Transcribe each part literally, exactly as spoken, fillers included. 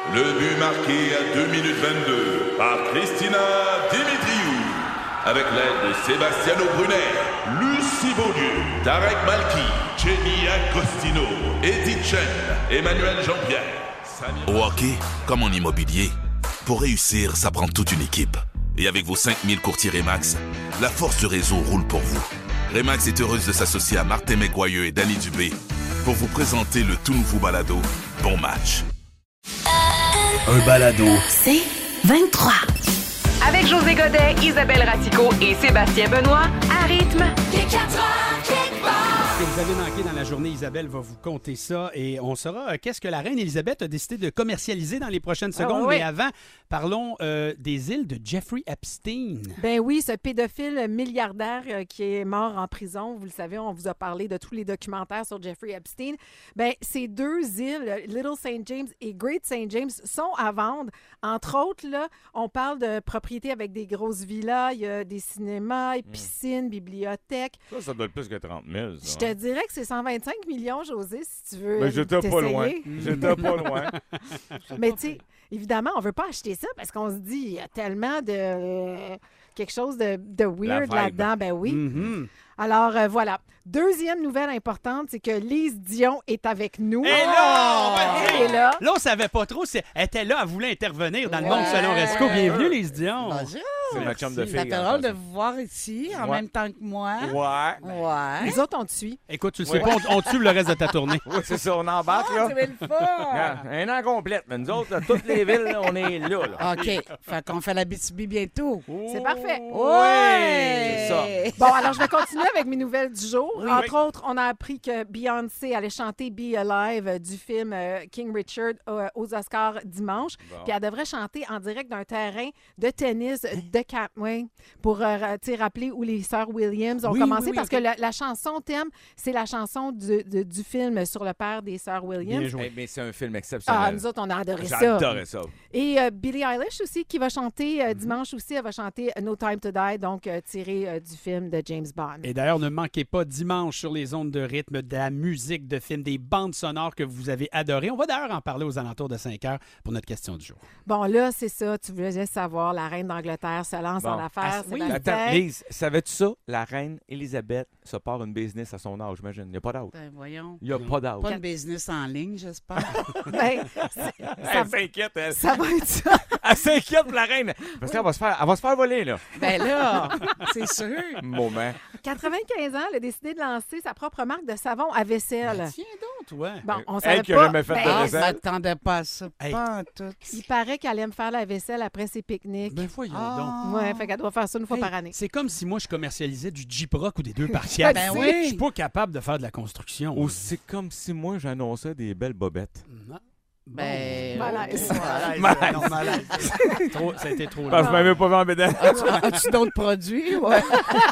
Le but marqué à deux minutes vingt-deux par Christina Dimitriou. Avec l'aide de Sebastiano Brunet, Lucie Beaulieu, Tarek Malki, Jenny Agostino, Eddie Chen, Emmanuel Jean-Pierre. Samir... Au hockey, comme en immobilier, pour réussir, ça prend toute une équipe. Et avec vos cinq mille courtiers Remax, la force du réseau roule pour vous. Remax est heureuse de s'associer à Martin McGuire et Danny Dubé pour vous présenter le tout nouveau balado Bon Match. Un balado. C'est vingt-trois. Avec José Godet, Isabelle Ratico et Sébastien Benoît, à rythme. Ce que vous avez manqué dans la journée, Isabelle va vous conter ça et on saura euh, qu'est-ce que la reine Élisabeth a décidé de commercialiser dans les prochaines secondes. Ah, oui. Mais avant, parlons euh, des îles de Jeffrey Epstein. Ben oui, ce pédophile milliardaire euh, qui est mort en prison, vous le savez, on vous a parlé de tous les documentaires sur Jeffrey Epstein. Ben ces deux îles, Little Saint James et Great Saint James, sont à vendre. Entre autres, là, on parle de propriétés avec des grosses villas, il y a des cinémas, Mm. piscines, bibliothèques. Ça, ça doit être plus que trente mille. Je te dirais que c'est cent vingt-cinq millions, José, si tu veux. Mais j'étais pas t'essayer. loin. J'étais pas loin. Mais tu sais, évidemment, on veut pas acheter ça parce qu'on se dit, il y a tellement de... euh, quelque chose de, de weird vibe. là-dedans. Ben oui. Mhm. Alors, euh, voilà. Deuxième nouvelle importante, c'est que Lise Dion est avec nous. Et là, on va Elle est là. Là, on savait pas trop si elle était là, elle voulait intervenir dans le monde Ouais. selon Resco. Bienvenue, Lise Dion. Bonjour. C'est ma chum de Ça fille. fait en drôle de passant. vous voir ici en Ouais. même temps que moi. Ouais. Ouais. Les autres, on te suit. Écoute, tu le sais Ouais. pas, on, on tue le reste de ta tournée. Oui, c'est ça, on embarque, là. Ah, c'est le fun. Ah, Un an complète, mais nous autres, là, toutes les villes, là, on est là. là. OK. Fait qu'on fait la B T B bientôt. C'est parfait. Ouais. c'est ça. Bon, alors je vais continuer avec mes nouvelles du jour. Oui. Entre autres, on a appris que Beyoncé allait chanter Be Alive euh, du film euh, King Richard euh, aux Oscars dimanche. Bon. Puis elle devrait chanter en direct d'un terrain de tennis de Cap, oui, pour euh, tu sais, rappeler où les sœurs Williams ont Oui, commencé. oui, oui, parce ok. que la, la chanson thème, c'est la chanson du, de- du film sur le père des sœurs Bien Williams. joué. Eh, mais c'est un film exceptionnel. Ah, nous autres, on a adoré ça. J'adorais ça. Et euh, Billie Eilish aussi, qui va chanter euh, dimanche aussi, elle va chanter No Time to Die, donc euh, tiré euh, du film de James Bond. Et d'ailleurs, ne manquez pas dimanche sur les ondes de rythme de la musique de film, des bandes sonores que vous avez adorées. On va d'ailleurs en parler aux alentours de cinq heures pour notre question du jour. Bon, là, c'est ça. Tu voulais savoir, la reine d'Angleterre se lance Bon. en affaires. Ah, oui. Sébastien. Attends, Lise, savais-tu ça? La reine Élisabeth se part une business à son âge, j'imagine. Il n'y a pas d'âge. Ben, voyons. Il n'y a pas d'âge. Pas une business en ligne, j'espère. Ben, c'est- ça, Elle s'inquiète, elle. ça va être ça. Elle s'inquiète pour la reine. Parce qu'elle va se faire, elle va se faire voler, là. Ben là, c'est sûr. Moment. quatre-vingt-quinze ans, elle a décidé de lancer sa propre marque de savon à vaisselle. Ben, tiens donc, toi. Bon, on Elle savait qui a pas. jamais fait de ben, Ah, je vaisselle. m'attendais pas à ça. Hey. Pas en tout. il paraît qu'elle aime faire la vaisselle après ses pique-niques. Ben voyons donc. Ah. Ouais, fait qu'elle doit faire ça une fois Hey, par année. c'est comme si moi, je commercialisais du Jeep Rock ou des deux par quatre. Ben Je oui. suis pas capable de faire de la construction. Ou c'est comme si moi, j'annonçais des belles bobettes. Non. Bon. Ben, Malaise. Malaise. Malaise. Non, malaise. Trop- ça a été trop long. Parce que je m'avais pas vu en bédaine. As-tu, as-tu d'autres produits? Ouais.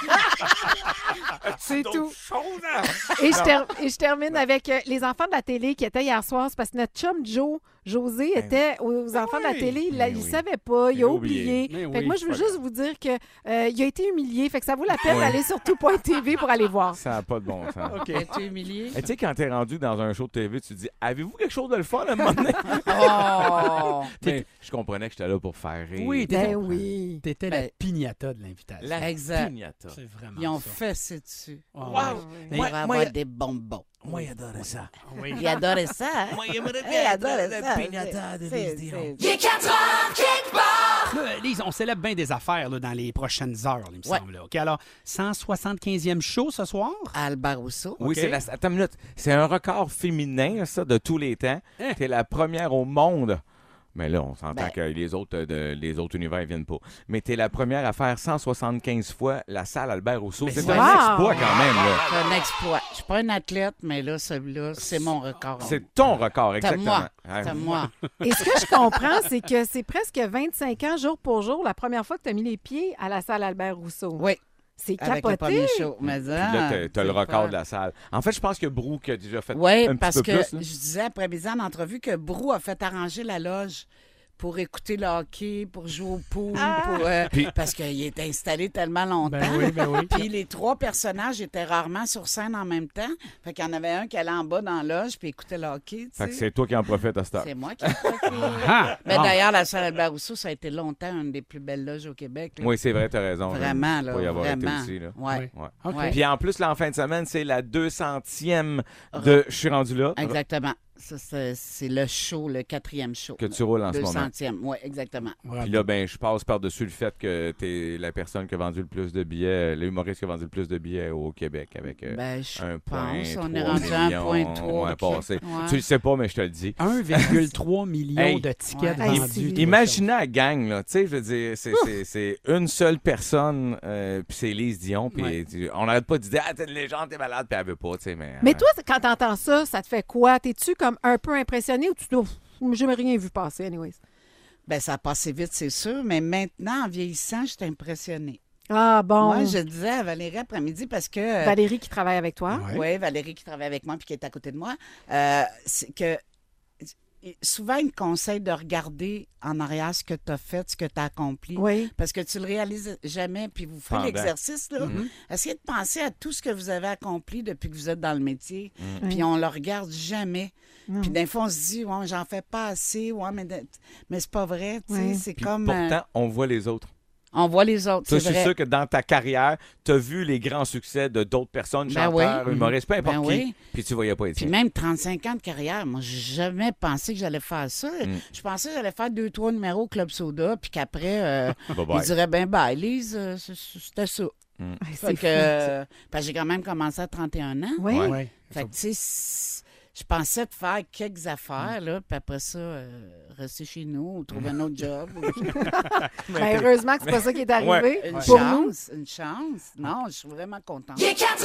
C'est tout. Chose, hein? Et je, ter- et je termine avec euh, les enfants de la télé qui étaient hier soir. C'est parce que notre chum Joe, José, Ben était aux enfants de la oui. télé. Il Ben ne oui. savait pas. Il Il a a oublié. oublié. Mais Fait que oui, moi, je veux c'est pas juste vous dire qu'il a été humilié. Fait que ça vaut la peine Ouais. d'aller sur tout point T V pour aller voir. Ça n'a pas de bon sens. OK. Es-tu humilié? Et tu sais, quand t'es rendu dans un show de T V, tu te dis, avez-vous quelque chose de le fun à un moment donné? Oh! Mais je comprenais que j'étais là pour faire rire. Oui, Ben oui. T'étais la Ben- pignata de l'invitation. La Exact. pignata. C'est vraiment Ils ont ça. fessé dessus. Ah, Wow. ouais. Il Moi- va moi, avoir il- des bonbons. Moi, j'adorais ça. Oui. Il adorait ça, hein? Moi, j'aimerais Il adorait ça. pignata de C'est- Lise Dion. c'est- Là, Lise, on célèbre bien des affaires là, dans les prochaines heures, il me Ouais. semble. là. OK, alors, cent soixante-quinzième show ce soir? Albert Rousseau. Oui, OK. c'est la... Attends une minute. C'est un record féminin, ça, de tous les temps. Hein? T'es la première au monde. Mais là, on s'entend Ben- que les autres, euh, de, les autres univers ne viennent pas. Mais t'es la première à faire cent soixante-quinze fois la salle Albert Rousseau. Mais C'est c'est- un Wow! exploit quand même, là. C'est un exploit. Je suis pas un athlète, mais là, celui-là, c'est mon record. C'est ton record, C'est exactement. moi. Ouais. C'est moi. Et ce que je comprends, c'est que c'est presque vingt-cinq ans, jour pour jour, la première fois que tu as mis les pieds à la salle Albert Rousseau. Oui, C'est avec le capoté. premier show. Mais Puis là, t'as, t'as le c'est record fun. de la salle. En fait, je pense que Brou qui a déjà fait Oui, un parce petit que peu plus. là. je disais après-midi en entrevue que Brou a fait arranger la loge pour écouter le hockey, pour jouer au pool, Ah! pour, euh, Puis- parce qu'il était installé tellement longtemps. Ben oui, ben oui. Puis les trois personnages étaient rarement sur scène en même temps. Fait qu'il y en avait un qui allait en bas dans la loge puis écoutait le hockey. tu Fait que sais. c'est toi qui en profites à cette heure. C'est moi qui ai profité. Ah! Mais Bon. d'ailleurs, la salle Albert Rousseau, ça a été longtemps une des plus belles loges au Québec. là. Oui, c'est vrai, t'as raison. Vraiment, là. Faut y avoir vraiment. été aussi, là. Ouais. Oui. Ouais. OK. Ouais. Puis en plus, là, en fin de semaine, c'est la deux centième de Je suis rendu là. Exactement. Ça, c'est, c'est le show, le quatrième show. Que tu roules en ce moment. deux centième, oui, exactement. Bravo. Puis là, ben, je passe par-dessus le fait que t'es la personne qui a vendu le plus de billets, l'humoriste qui a vendu le plus de billets au Québec avec euh, Ben, je un point pense. On est trois rendu à un millions, point trois. ouais, passé. Ouais. Tu le sais pas, mais je te le dis. un virgule trois million Hey. de tickets Ouais. Hey, vendus. c'est- toi, Imaginez la gang, là. Tu sais, je veux dire, c'est, c'est, c'est une seule personne, euh, puis c'est Lise Dion, puis Ouais. tu- on n'arrête pas de dire, ah, t'es une légende, t'es malade, puis elle veut pas, tu sais, mais. Mais euh, toi, quand t'entends ça, ça te fait quoi? T'es-tu comme un peu impressionné ou tu dois... J'ai jamais rien vu passer, anyways. Ben, ça a passé vite, c'est sûr, mais maintenant, en vieillissant, je suis impressionnée. Ah bon. Moi, je disais à Valérie après-midi parce que. euh, Valérie qui travaille avec toi. Ouais. Oui, Valérie qui travaille avec moi puis qui est à côté de moi, euh, c'est que souvent, il me conseille de regarder en arrière ce que tu as fait, ce que tu as accompli. Oui. Parce que tu le réalises jamais, puis vous faites Pendant. l'exercice, là. Mhm. Essayez de penser à tout ce que vous avez accompli depuis que vous êtes dans le métier, Mhm. puis on le regarde jamais. Non. Puis des fois, on se dit, ouais, j'en fais pas assez, ouais, mais, de- mais c'est pas vrai, tu sais, Ouais. c'est puis comme... euh, pourtant, on voit les autres. on voit les autres, Toi, c'est je suis vrai. sûr que dans ta carrière, tu as vu les grands succès de d'autres personnes, Ben chanteurs, oui. humoristes, peu importe Ben qui, oui. puis tu voyais pas Puis Étienne. même trente-cinq ans de carrière, moi, j'ai jamais pensé que j'allais faire ça. Mm. Je pensais que j'allais faire deux, trois numéros au Club Soda, puis qu'après, euh, Bye ils bye. diraient, ben, bye, Lise, euh, c- c- c'était ça. Ah, Fait c'est que, fou. euh, parce que j'ai quand même commencé à trente et un ans. Oui. Ouais. Ouais. Fait que, tu sais, c- je pensais de faire quelques affaires, là, puis après ça, euh, rester chez nous ou trouver un autre job. ou- Ben, heureusement que c'est pas ça qui est arrivé. Une Pour nous. chance, une chance. Non, je suis vraiment contente.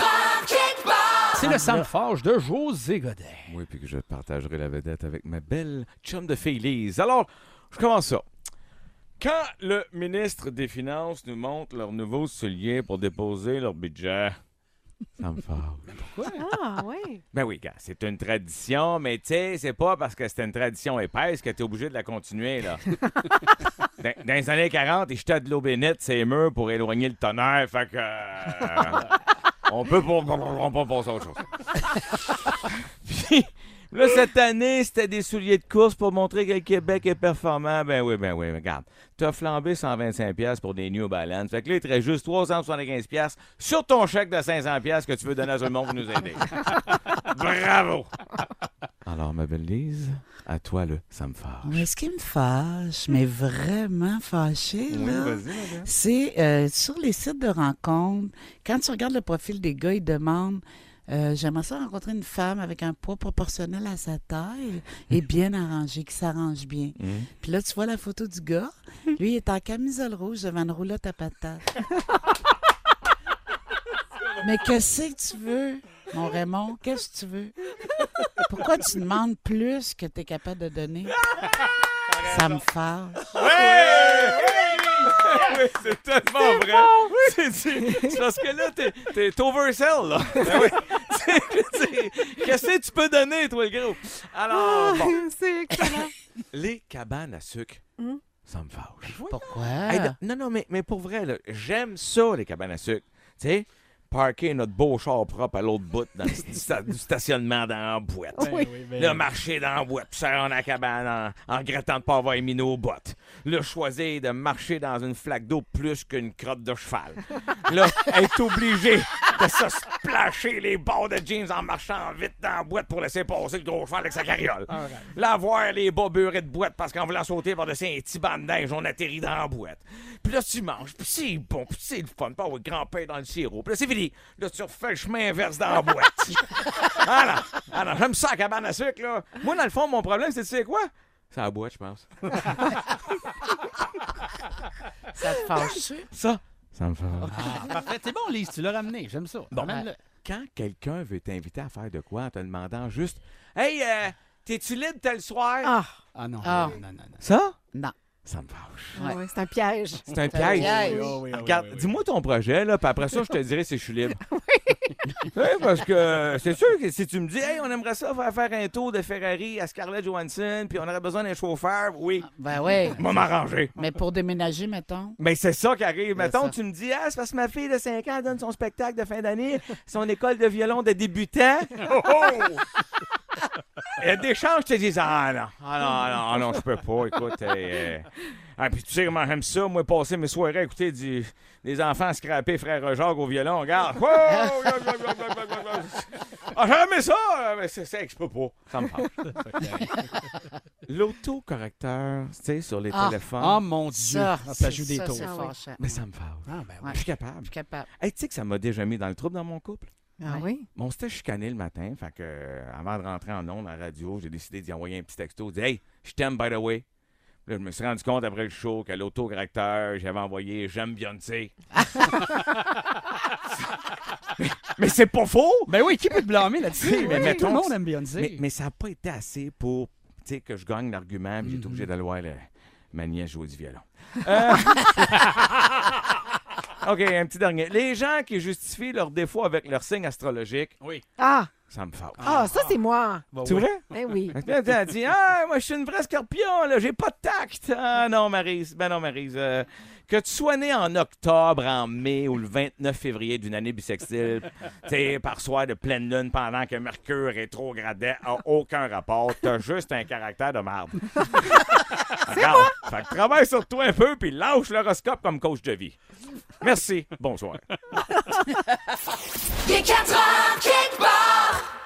C'est le Sam Forge de José Godet. Oui, puis que je partagerai la vedette avec ma belle chum de fille Lise. Alors, je commence ça. Quand le ministre des Finances nous montre leurs nouveaux souliers pour déposer leur budget, ça me fâche. Ah, oui. Ben oui, gars, c'est une tradition, mais tu sais, c'est pas parce que c'est une tradition épaisse que t'es obligé de la continuer, là. dans, dans les années quarante, ils jetaient de l'eau bénite ces murs pour éloigner le tonnerre, fait que... euh, on peut pas, on peut passer à autre chose. Puis, là, cette année, c'était des souliers de course pour montrer que le Québec est performant. Ben oui, ben oui, regarde. T'as flambé cent vingt-cinq dollars pour des New Balance. Fait que là, il te reste juste trois cent soixante-quinze dollars sur ton chèque de cinq cents dollars que tu veux donner à tout le monde pour nous aider. Bravo! Alors, ma belle Lise, à toi, là, ça me fâche. Mais ce qui me fâche, mais vraiment fâché, Oui, là, vas-y, madame. c'est euh, sur les sites de rencontres, quand tu regardes le profil des gars, ils demandent euh, j'aimerais ça rencontrer une femme avec un poids proportionnel à sa taille et bien arrangée, qui s'arrange bien. Mhm. Puis là, tu vois la photo du gars. Lui, il est en camisole rouge devant une roulotte à patates. Mais qu'est-ce que tu veux, mon Raymond? Qu'est-ce que tu veux? Pourquoi tu demandes plus que tu es capable de donner? Ça me fâche. Oui, c'est tellement vrai. C'est, c'est- c'est parce que là, t'es, t'es oversell, là. Ben oui. C'est- c'est- Qu'est-ce que tu peux donner, toi, le gros? Alors, bon, C'est excellent. les cabanes à sucre, Hum. ça me fâche. Pourquoi? Hey, d- non, non, mais, mais pour vrai, là, j'aime ça, les cabanes à sucre. Tu sais, parker notre beau char propre à l'autre bout dans le sta- du stationnement dans la boîte. Oui, oui, ben Le oui. marcher dans la boîte, puis ça dans la cabane en, en grattant de pas avoir mis nos bottes. Le choisir de marcher dans une flaque d'eau plus qu'une crotte de cheval. Là, être obligé de se splasher les bords de jeans en marchant vite dans la boîte pour laisser passer le gros cheval avec sa carriole. All right. Là, avoir les bas beurrés de boîte parce qu'en voulant sauter par-dessus un petit banc de neige, on atterrit dans la boîte. Puis là, tu manges, puis c'est bon, puis c'est le fun, pas avoir grand-père dans le sirop. Puis là, c'est fini. Là, tu refais le chemin inverse dans la boîte. Ah non, ah non, j'aime ça, la cabane à sucre, là. Moi, dans le fond, mon problème, c'est, tu sais quoi? C'est la boîte, je pense. Ça te fâche? Ça, ça me fait... Ah, parfait. C'est bon, Lise, tu l'as ramené. J'aime ça. Bon. Ramène-le. Quand quelqu'un veut t'inviter à faire de quoi en te demandant juste « Hey, euh, t'es-tu libre tel soir? Ah, Ah non, Ah. non, non, non. non. Ça? Non. Ça me fâche. ah ouais, c'est un piège. C'est un C'est un piège. piège. Oui, oui, oui, Regarde, oui, oui. dis-moi ton projet, là, puis après ça, je te dirai si je suis libre. Oui, parce que c'est sûr que si tu me dis, hey, on aimerait ça faire, faire un tour de Ferrari à Scarlett Johansson, puis on aurait besoin d'un chauffeur, oui. Ben oui. On va m'arranger. Mais pour déménager, mettons. Mais c'est ça qui arrive. Mettons, ça. tu me dis, ah, c'est parce que ma fille de cinq ans donne son spectacle de fin d'année, son école de violon de débutant. Oh, oh! Il y a des chances que tu te dises, ah non, ah non, ah non, non, je peux pas, écoute. Euh, euh, ah, puis tu sais comment j'aime ça, moi, passer mes soirées à écouter du, des enfants scraper Frère Jacques au violon, regarde. Oh, ah, j'ai aimé ça, mais c'est ça que je peux pas. Ça me fâche. L'autocorrecteur, tu sais, sur les Ah. téléphones. Oh mon Dieu! Ça, Ah, ça joue des ça, tours. c'est Ah oui. fâchant. Mais ça me fâche. Ah, ben oui. Je suis capable. Je suis capable. Hey, tu sais que ça m'a déjà mis dans le trouble dans mon couple? Ah oui? Bon, on s'était chicané le matin, fait que euh, avant de rentrer en ondes à la radio, j'ai décidé d'y envoyer un petit texto, dit hey, je t'aime by the way. Puis là, je me suis rendu compte après le show qu'à l'autocorrecteur, j'avais envoyé j'aime Beyoncé. mais mais c'est pas faux! Ben oui, qui peut te blâmer là-dessus? Oui, mais Oui, mettons tout le monde que- aime Beyoncé. Mais, mais ça n'a pas été assez pour tu sais, que je gagne l'argument, puis j'ai été Mhm. obligé d'aller voir le- ma nièce jouer du violon. Euh, OK, un petit dernier. Les gens qui justifient leurs défauts avec leur signe astrologique, Oui. Ah! ça me fâche. Ah, ça, c'est moi. Bon, C'est oui. vrai? Ben oui. Fait que là, elle dit ah, moi, je suis une vraie scorpion, là, j'ai pas de tact. Ah non, Maryse. Ben non, Maryse. euh, que tu sois né en octobre, en mai ou le vingt-neuf février d'une année bissextile, tu sais, par soir de pleine lune pendant que Mercure rétrogradait, a aucun rapport. T'as juste un caractère de marde. Regarde. Fait que travaille sur toi un peu puis lâche l'horoscope comme coach de vie. Merci. Bonsoir. Il est quatre heures quelque part.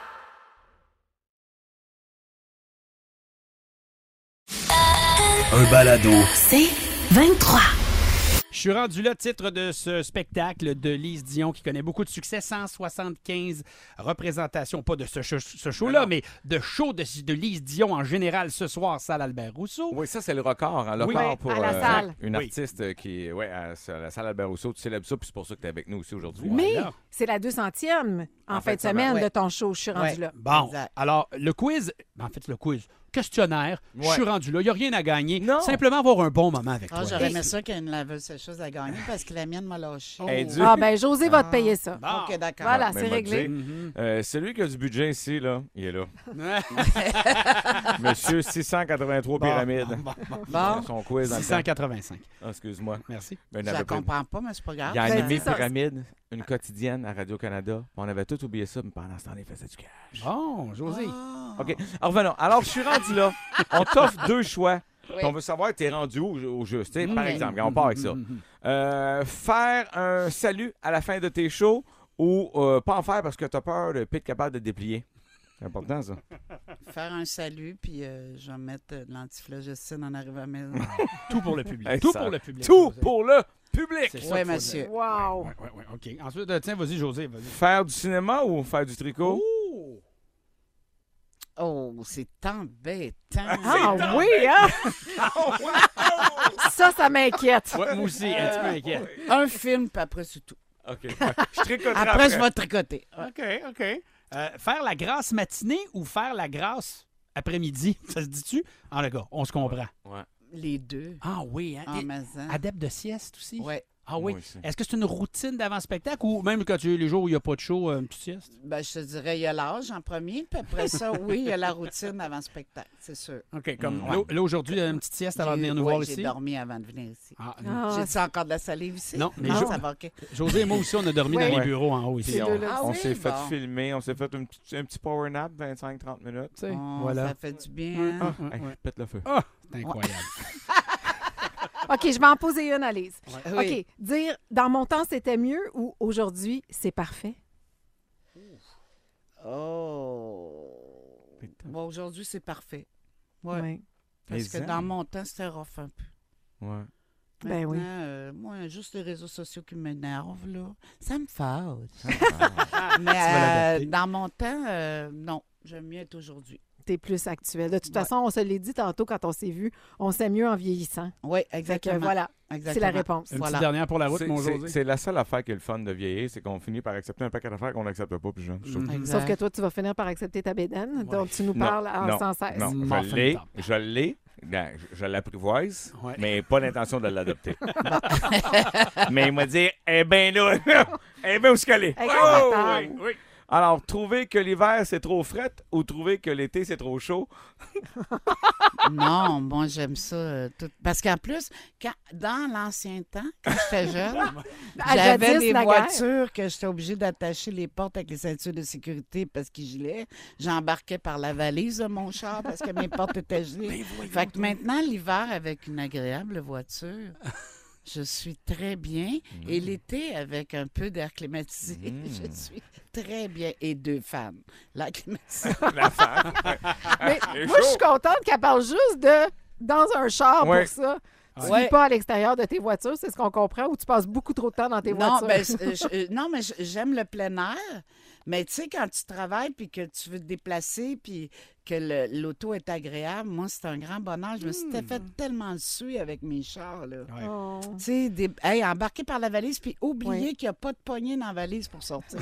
Un balado. C'est vingt-trois. Je suis rendu là, titre de ce spectacle de Lise Dion qui connaît beaucoup de succès, cent soixante-quinze représentations, pas de ce, show- ce show-là, mais de show de, de Lise Dion en général ce soir, salle Albert Rousseau. Oui, ça, c'est le record. Hein, le Oui. record Oui, pour à la euh, salle. une Oui. artiste euh, qui ouais, à, à la salle Albert Rousseau. Tu célèbres ça, puis c'est pour ça que tu es avec nous aussi aujourd'hui. Mais Voilà. c'est la deux centième en, En fin fin de de semaine semaine. de ton show. Je suis rendue Ouais. là. Bon, Exact. alors le quiz, en fait le quiz, questionnaire, je Ouais. suis rendu là, il n'y a rien à gagner, Non. simplement avoir un bon moment avec Ah, toi. j'aurais aimé ça qu'il y ait une laveuse sécheuse à gagner parce que la mienne m'a lâché. Hey, Dieu. Ah, ben, José va te payer ça. Bon. OK, d'accord. Voilà, mais c'est m'a réglé. dit- Mhm. Euh, celui qui a du budget ici, là, il est là. Monsieur six cent quatre-vingt-trois Bon, pyramides. bon, bon, bon. Bon, Son quiz dans le six cent temps. quatre-vingt-cinq. Ah, excuse-moi. Merci. Ben, il je avait la pas- comprends pas, mais c'est pas grave. Il a Ben, animé c'est ça. Pyramide, une quotidienne à Radio-Canada. On avait tout oublié ça, mais pendant ce temps, il faisait du cash. Bon, José. Ah. OK. Alors, revenons. Alors, je suis rendu là. On t'offre deux choix. Oui. Puis On veut savoir t'es rendu où au juste. tu sais, Par Mhm. exemple, on part avec ça. Euh, faire un salut à la fin de tes shows ou euh, pas en faire parce que t'as peur de pas être capable de déplier. C'est important, ça. Faire un salut, puis euh, je vais mettre euh, de l'antiflogestine en arrivant à la maison. Tout pour le public. Hey, Tout ça- pour le public. Tout José. pour le public. C'est ça Oui, qu'il faut monsieur. dire. Wow! Ouais, ouais, ouais, OK. Ensuite, euh, tiens, vas-y, José, vas-y. Faire du cinéma ou faire du tricot? Oh! Oh, c'est embêtant. Ah oui, hein? Ça, ça m'inquiète. Ouais, moi aussi, un petit peu inquiet. Un film, puis après, c'est tout. OK. Je tricoterai après. Après, je vais tricoter. OK, OK. Euh, faire la grasse matinée ou faire la grasse après-midi? Ça se dit-tu? Ah, le gars, on se comprend. Ouais. Les deux. Ah oui, hein? En Et- maison. adepte de sieste aussi? Ouais. Ah oui. Moi aussi. Est-ce que c'est une routine d'avant-spectacle ou même quand tu les jours où il n'y a pas de show, euh, une petite sieste? Ben, je te dirais, il y a l'âge en premier, puis après ça, oui, il y a la routine avant le spectacle, c'est sûr. OK, comme Mm. là, là, aujourd'hui, une petite sieste avant de J'ai- venir nous ouais, voir J'ai ici. dormi avant de venir ici. Ah, Ah, J'ai-tu encore de la salive ici? Non, mais non je- ça va, OK. José et moi aussi, on a dormi Ouais. dans les bureaux en haut ici. Puis C'est on, deux, là. Ah on oui, s'est fait bon. filmer, on s'est fait un petit, un petit power nap, vingt-cinq trente minutes. Tu sais, Oh, voilà. Ça fait du bien. Ouais, hein? ouais, Hey, ouais. je pète le feu. Ah, c'est incroyable. OK, je vais en poser une, Alice. Oui. OK, dire dans mon temps, c'était mieux ou aujourd'hui, c'est parfait? Oh. Bon, aujourd'hui, c'est parfait. Ouais. Oui. Parce Les que ailes. dans mon temps, c'était rough un peu. Ouais. Ben oui. Maintenant, euh, moi, juste les réseaux sociaux qui m'énervent, là, ça me fâche. Ah, Mais vas l'adapter. euh, dans mon temps, euh, non, j'aime mieux être aujourd'hui. t'es plus actuel. De toute façon, on se l'est dit tantôt quand on s'est vu, on s'aime mieux en vieillissant. Oui, Fait que exactement. voilà, Exactement. c'est la réponse. Une Voilà. petite dernière pour la route, C'est- mon c'est- José. C'est la seule affaire qui est le fun de vieillir, c'est qu'on finit par accepter un paquet d'affaires qu'on n'accepte pas plus jeune. je trouve. Mhm. Exact. Sauf que toi, tu vas finir par accepter ta bédaine, Ouais. donc tu nous Non, parles en non, sans cesse. Non, Muffin je l'ai, top. je l'ai, non, je, je l'apprivoise, Ouais. mais pas l'intention de l'adopter. Mais il m'a dit, eh bien là, eh bien où est-ce qu'elle est? Elle est Oh, confortable. oui, oui. Alors, trouver que l'hiver, c'est trop fret ou trouver que l'été, c'est trop chaud? Non, moi, j'aime ça. euh, tout- Parce qu'en plus, quand, dans l'ancien temps, quand j'étais jeune, À j'avais jadis, des naguère. voitures que j'étais obligée d'attacher les portes avec les ceintures de sécurité parce qu'ils gelaient. J'embarquais par la valise de mon char parce que mes portes étaient gelées. Fait que maintenant, l'hiver, avec une agréable voiture, je suis très bien. Et l'été, avec un peu d'air climatisé, Mm. je suis très bien. Et deux fans. La climatisée. La femme. Mais C'est moi, je suis chaud. contente qu'elle parle juste de dans un char Ouais. pour ça. Tu ne Ouais. vis pas à l'extérieur de tes voitures, c'est ce qu'on comprend, ou tu passes beaucoup trop de temps dans tes Non, voitures. ben, je- je- euh, non, mais je- j'aime le plein air. Mais tu sais, quand tu travailles puis que tu veux te déplacer puis que le- l'auto est agréable, moi, c'est un grand bonheur. Je me suis fait tellement le suer avec mes chars, là. Ouais. Oh. Tu sais, des... hey, embarquer par la valise puis oublier Oui. qu'il n'y a pas de poignée dans la valise pour sortir.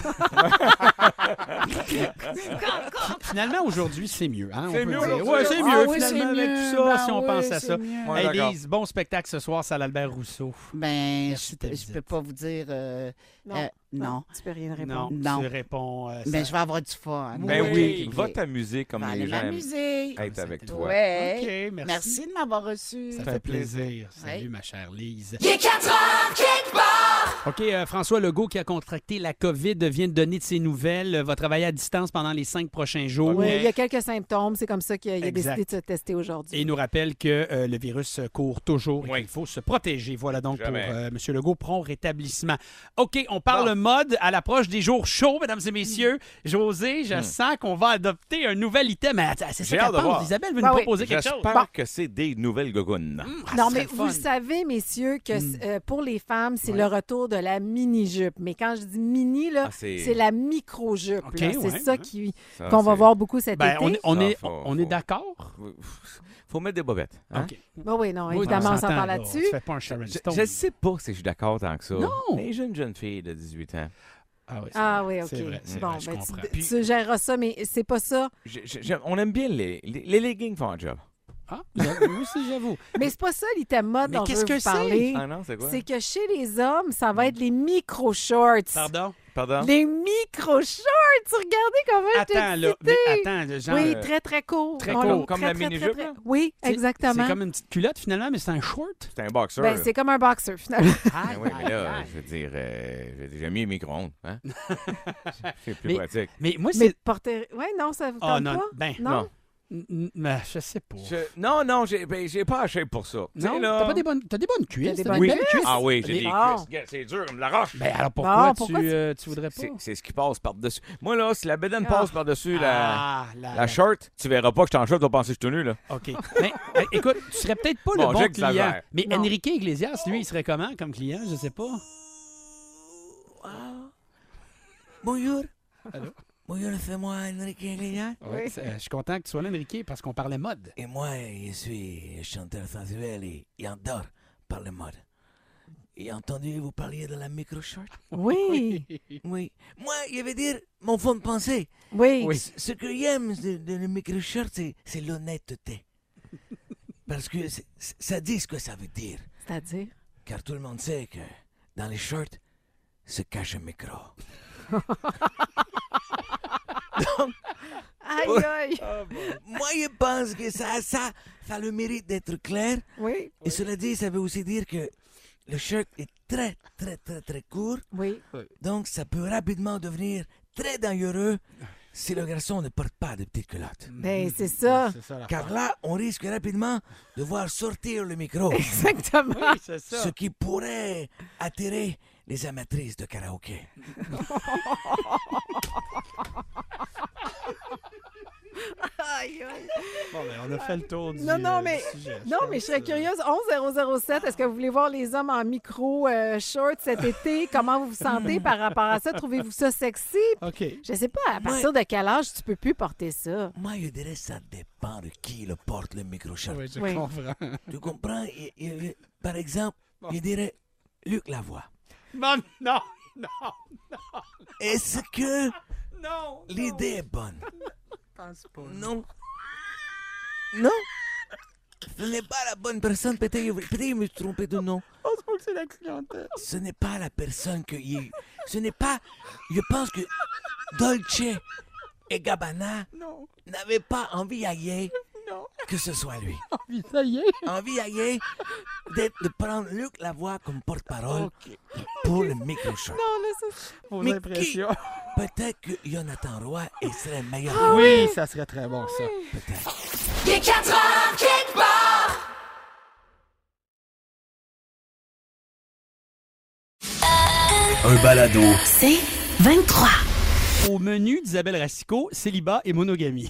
Finalement, aujourd'hui, c'est mieux. Hein, on C'est peut mieux dire. aujourd'hui. Ouais, c'est Ah mieux, oui, finalement, c'est avec mieux. tout ça, Ben si on oui, pense à c'est ça. mieux. Ouais, Hey, d'accord. Lise, bon spectacle ce soir, salle Albert Rousseau. Ben, Merci je de ta ne visite. peux pas vous dire... euh, Non. euh, non. Tu peux rien Non, répondre. Non. tu réponds. euh, Mais ça- je vais avoir du fun. Ben Oui. oui, Ok. va t'amuser comme Je vais les aller gens aiment m'amuser. être avec toi. Ouais. OK, merci. Merci de m'avoir reçu. Ça fait fait plaisir. Salut, Ouais. ma chère Lise. Il est quatre heures, quelque part. OK, euh, François Legault, qui a contracté la COVID, vient de donner de ses nouvelles, euh, va travailler à distance pendant les cinq prochains jours. Oui, il y a quelques symptômes. C'est comme ça qu'il a, il a Exact. décidé de se tester aujourd'hui. Et il nous rappelle que euh, le virus court toujours et Oui. qu'il faut se protéger. Voilà donc Jamais. pour euh, M. Legault, prompt rétablissement. OK, on parle mode à l'approche des jours chauds, mesdames et messieurs. José, je sens qu'on va adopter un nouvel item. Mais attends, c'est ça J'ai qu'elle hâte de pense. voir. Isabelle veut Ben nous oui. proposer quelque chose. J'espère Bon. que c'est des nouvelles gogones. Ah, Non, ce mais serait vous le le fun. savez, messieurs, que Mm. euh, pour les femmes, c'est Ouais. le retour de la mini-jupe. Mais quand je dis mini, là, Ah, c'est- c'est la micro-jupe. OK, là. ouais, c'est ça ouais. qui- Ça, qu'on va c'est- voir beaucoup cet Ben, été. on est, on Ça, est, faut- on est faut- d'accord? Faut mettre des bobettes. hein? OK. Ben oui, non, Oui, évidemment, on s'entend là. là-dessus. Tu fais pas un Sharon Je, Stone. je sais pas si je suis d'accord tant que ça. Non. Les jeunes jeunes filles de dix-huit ans. Ah oui, c'est Ah vrai. oui, OK. C'est vrai, c'est bon, vrai, je ben, comprends. tu, Puis- tu géreras ça, mais c'est pas ça. Je- je- j'aime- on aime bien les, les, les leggings font un job. Ah, j'avoue, aussi, j'avoue. Mais c'est pas ça l'item mode Mais dont je qu'est-ce veux que vous c'est? parler. Ah non, c'est quoi? C'est que chez les hommes, ça va être les micro-shorts. Pardon? Pardon? Les micro-shorts! Regardez comment je t'ai Attends, là. excitée. Mais attends, le genre. Oui, euh, très, très court. très On court. l'a- Comme très, la très, très, mini-jupe, très- là? Oui, c'est- exactement. C'est comme une petite culotte, finalement, mais c'est un short. C'est un boxer. Ben, c'est comme un boxer, finalement. Ben oui, mais là, je veux dire, euh, je veux dire, j'ai mis les micro-ondes. Hein? c'est plus Mais- pratique. Mais moi, Mais c'est. porter... Oui, non, ça vous Ah, tente non. pas? Ben, non. non. N- n- ben, je sais pas. Je- Non, non, j'ai ben, j'ai pas acheté pour ça. Tu sais, Non, là- t'as pas des bonnes, t'as des bonnes cuisses. des t'as bonnes des cuisses? belles cuisses. Ah oui, j'ai Mais- des Ah. cuisses. Regarde, c'est dur comme la roche. Ben alors pourquoi, Bon, tu, pourquoi tu- euh, tu voudrais pas? C'est c'est ce qui passe par-dessus. Moi, là, si la bédaine Ah. passe par-dessus la, Ah, la, la short, tu verras pas que je suis en short, tu vas penser que je suis tout nu, là. OK. Mais euh, écoute, tu serais peut-être pas Bon, le bon j'exagère. client. Mais Non. Enrique Iglesias, lui, il serait comment comme client? Je sais pas. Bonjour. Allô? Bonjour, fais-moi Enrique Iglesias. Ouais, c'est- euh, je suis content que tu sois là, Enrique, parce qu'on parlait mode. Et moi, je suis chanteur sensuel et j'adore parler mode. Et entendu, vous parliez de la micro-short? Oui, Oui. Moi, je veux dire, mon fond de pensée. oui. Ce- Ce que j'aime de, de la micro-short, c'est, c'est l'honnêteté. Parce que c'est- c'est- ça dit ce que ça veut dire. C'est-à-dire? Car tout le monde sait que dans les shorts se cache un micro. Aïe, aïe. Moi, je pense que ça, ça, ça a le mérite d'être clair. Oui, Et cela dit, ça veut aussi dire que le shirt est très, très, très, très court. oui. Donc, ça peut rapidement devenir très dangereux si le garçon ne porte pas de petites culottes. Ben, c'est ça. C'est ça, la Car là, on risque rapidement de voir sortir le micro, Exactement. Oui, c'est ça. ce qui pourrait attirer les amatrices de karaoké. Aïe, aïe. Bon, ben, on a fait le tour du, Non, non, euh, mais, du sujet. non, mais je serais curieuse. onze zéro zéro sept, est-ce que vous voulez voir les hommes en micro euh, short cet été? Comment vous vous sentez par rapport à ça? Trouvez-vous ça sexy? OK. Je sais pas, à partir de quel âge tu peux plus porter ça? Moi, je dirais que ça dépend de qui le porte, le micro-short. Oui, je Oui. comprends. Tu comprends? Il- il- par exemple, je dirais Luc Lavoie. Non, non, non, Est-ce que non. l'idée est bonne? Je pense pas. Non. Non. Ce n'est pas la bonne personne. Peut-être peut-être que je me suis trompé de nom. Je pense pas que c'est la clientèle. Ce n'est pas la personne que... il- Ce n'est pas... Je pense que Dolce et Gabbana Non, n'avaient pas envie à Yé non. que ce soit lui. Puis ça y est. Envie à Yé d'être- de prendre Luc Lavoie comme porte-parole pour le micro-show. Non, là, ça... Vos Mais impressions. Peut-être que Jonathan Roy il serait meilleur. Oui, ça serait très bon, ça. Peut-être. Il est quatre heures quelque part. Un balado. C'est vingt-trois. Au menu d'Isabelle Racicot, célibat et monogamie.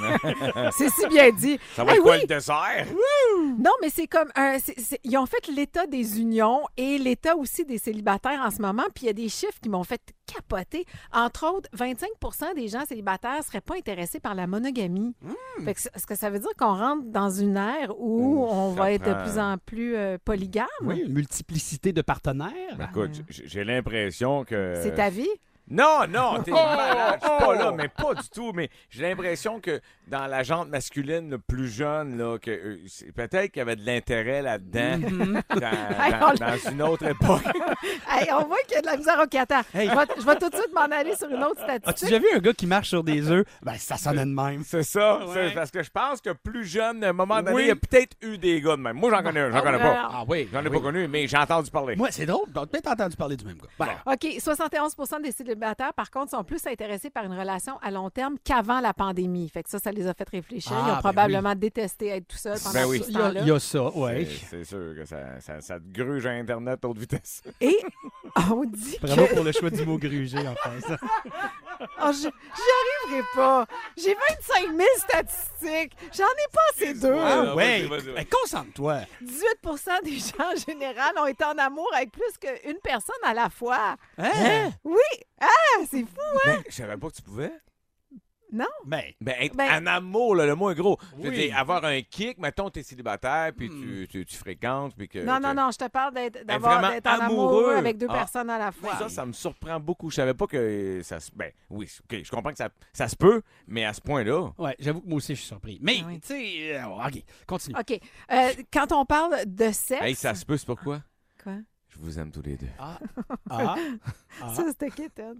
C'est si bien dit. Ça va Eh être quoi oui! le dessert? Non, mais c'est comme un. c'est- c'est- ils ont fait l'état des unions et l'état aussi des célibataires en ce moment. Puis il y a des chiffres qui m'ont fait capoter. Entre autres, vingt-cinq pour cent des gens célibataires ne seraient pas intéressés par la monogamie. Fait que, est-ce que ça veut dire qu'on rentre dans une ère où Oh, on ça va être de prend- plus en plus euh, polygame? Oui, une multiplicité de partenaires. Ben, écoute, j- j'ai l'impression que... C'est ta vie? Non, non, t'es malade. Je suis pas là, mais pas du tout. Mais j'ai l'impression que dans la gente masculine le plus jeune, là, que euh, c'est- peut-être qu'il y avait de l'intérêt là-dedans dans, dans- dans une autre époque. Hey, on voit qu'il y a de la misère. OK, attends. Hey. Je, vais, je vais tout de suite m'en aller sur une autre As-tu statistique. déjà vu un gars qui marche sur des œufs? Ben, ça sonnait de même. C'est ça. Ouais. c'est parce que je pense que plus jeune, à un moment donné, Oui. il y a peut-être eu des gars de même. Moi, j'en connais un. J'en connais pas. Ah oui. J'en ai oui. pas connu, mais j'ai entendu parler. Moi, c'est drôle. T'as peut-être entendu parler du même gars. Ben, OK, soixante et onze pour cent des célibataires, par contre, sont plus intéressés par une relation à long terme qu'avant la pandémie. Fait que ça, ça les a fait réfléchir. Ah, Ils ont ben probablement détesté être tout seul pendant Ben oui. tout ce il y, a, temps-là. il y a ça, C'est oui. c'est sûr que ça, ça, ça te gruge à Internet à haute vitesse. Et on dit Bravo que... pour le choix du mot grugé, en fait. Oh, je- j'y arriverai pas. J'ai vingt-cinq mille statistiques. J'en ai pas assez deux. Ah vas-y, ouais. vas-y, vas-y. Ben, concentre-toi. dix-huit pour cent des gens en général ont été en amour avec plus qu'une personne à la fois. Hein? Oui. Ah, c'est fou. Ben, je savais pas que tu pouvais. Non? Ben, Ben, être Ben- en amour, là, le mot est gros. Je veux Oui. dire, avoir un kick, mettons, t'es célibataire, puis tu, tu, tu fréquentes, puis que... Non, non, que- non, je te parle d'être, d'avoir, vraiment d'être en amoureux amoureux. avec deux Ah. personnes à la fois. Ça, ça me surprend beaucoup. Je savais pas que ça se... Ben, oui, OK, je comprends que ça, ça se peut, mais à ce point-là... ouais, j'avoue que moi aussi, je suis surpris. Mais, Ah oui. tu sais, euh, OK, continue. OK. Euh, quand on parle de sexe... Hey, ça se peut, c'est pourquoi? Quoi? Je vous aime tous les deux. Ah, ah, ah. Ça, c'était kitten.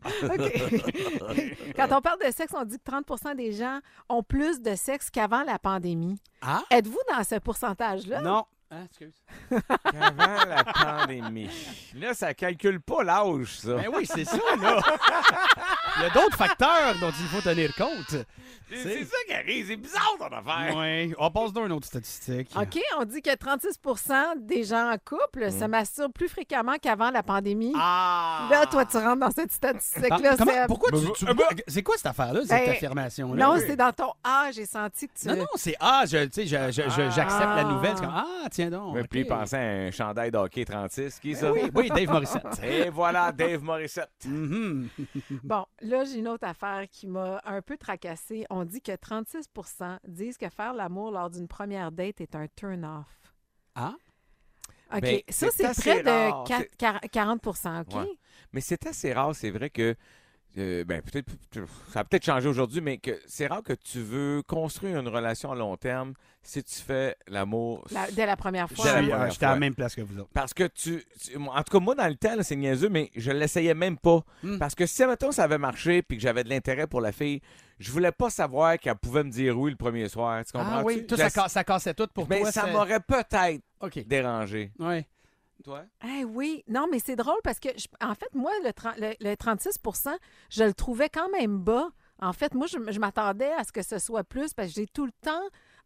OK. Quand on parle de sexe, on dit que trente pour cent des gens ont plus de sexe qu'avant la pandémie. Ah? Êtes-vous dans ce pourcentage-là? Non. Hein, excuse. Avant la pandémie. Là, ça calcule pas l'âge, ça. Ben oui, c'est ça, là. Il y a d'autres facteurs dont il faut tenir compte. C'est c'est ça qui arrive. C'est bizarre, ton affaire. Oui, on passe d'une autre statistique. OK, on dit que trente-six pour cent des gens en couple se masturbent plus fréquemment qu'avant la pandémie. Ah! Là, toi, tu rentres dans cette statistique-là. Ah, comment- c'est- pourquoi tu, Ben, tu- ben, c'est quoi cette affaire-là, cette Ben, affirmation-là? Non, Oui. c'est dans ton A, j'ai senti que tu... Non, non, c'est ah, je, tu sais, je- je- je- j'accepte la nouvelle. C'est comme ah, tiens donc. Mais ok. puis, il pensait à un chandail de hockey trente-six. Qui, ça? Oui, oui, Dave Morissette. Et voilà, Dave Morissette. Mhm. Bon, là, j'ai une autre affaire qui m'a un peu tracassée. On dit que trente-six pour cent disent que faire l'amour lors d'une première date est un turn-off. Ah? OK. Ben, ça, c'est c'est assez près rare. de quatre- quar- quarante pour cent, OK? Ouais. Mais c'est assez rare, c'est vrai que. euh, ben, peut-être. Ça a peut-être changé aujourd'hui, mais que c'est rare que tu veux construire une relation à long terme si tu fais l'amour. La- dès la première Je fois. Dès la suis, première euh, J'étais à la fois. même place que vous autres. Parce que tu, tu- En tout cas, moi, dans le temps, là, c'est niaiseux, mais je l'essayais même pas. Hmm. Parce que si, mettons, ça avait marché puis que j'avais de l'intérêt pour la fille, je voulais pas savoir qu'elle pouvait me dire oui le premier soir. Tu comprends? Ah oui, toi, ça, ca- ça cassait tout pour Mais toi. ça c'est- m'aurait peut-être OK. dérangé. Ouais. Toi? Eh oui, non, mais c'est drôle parce que, je- en fait, moi, le, tren- le- le trente-six pour cent, je le trouvais quand même bas. En fait, moi, je, je m'attendais à ce que ce soit plus parce que j'ai tout le temps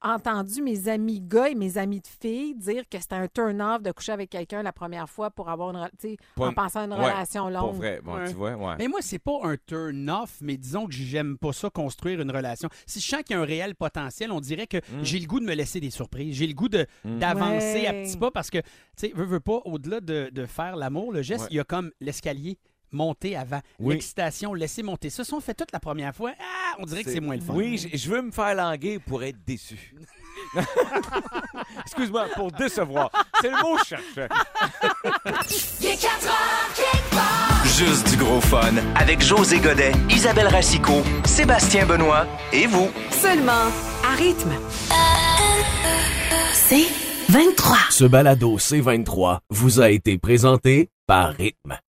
entendu mes amis gars et mes amis de filles dire que c'était un turn-off de coucher avec quelqu'un la première fois pour avoir une, re- tu sais, Pas en une- pensant à une Ouais, relation longue. Pour vrai, bon, Ouais. tu vois, ouais. Mais moi, c'est pas un turn-off, mais disons que j'aime pas ça, construire une relation. Si je sens qu'il y a un réel potentiel, on dirait que Mm. j'ai le goût de me laisser des surprises. J'ai le goût de, Mm. d'avancer à Ouais. petits pas parce que, tu sais, veux, veux pas, au-delà de, de faire l'amour, le geste, Ouais. il y a comme l'escalier. Monter avant. Oui. L'excitation, laisser monter. Ça, si on fait toute la première fois, ah, on dirait que c'est moins le fun. Oui, je je veux me faire languer pour être déçu. Excuse-moi, pour décevoir. C'est le mot que je cherchais. Il est quatre heures quelque part. Juste du gros fun avec José Godet, Isabelle Racicot, Sébastien Benoît et vous. Seulement à rythme. C'est vingt-trois. Ce balado C vingt-trois vous a été présenté par Rythme.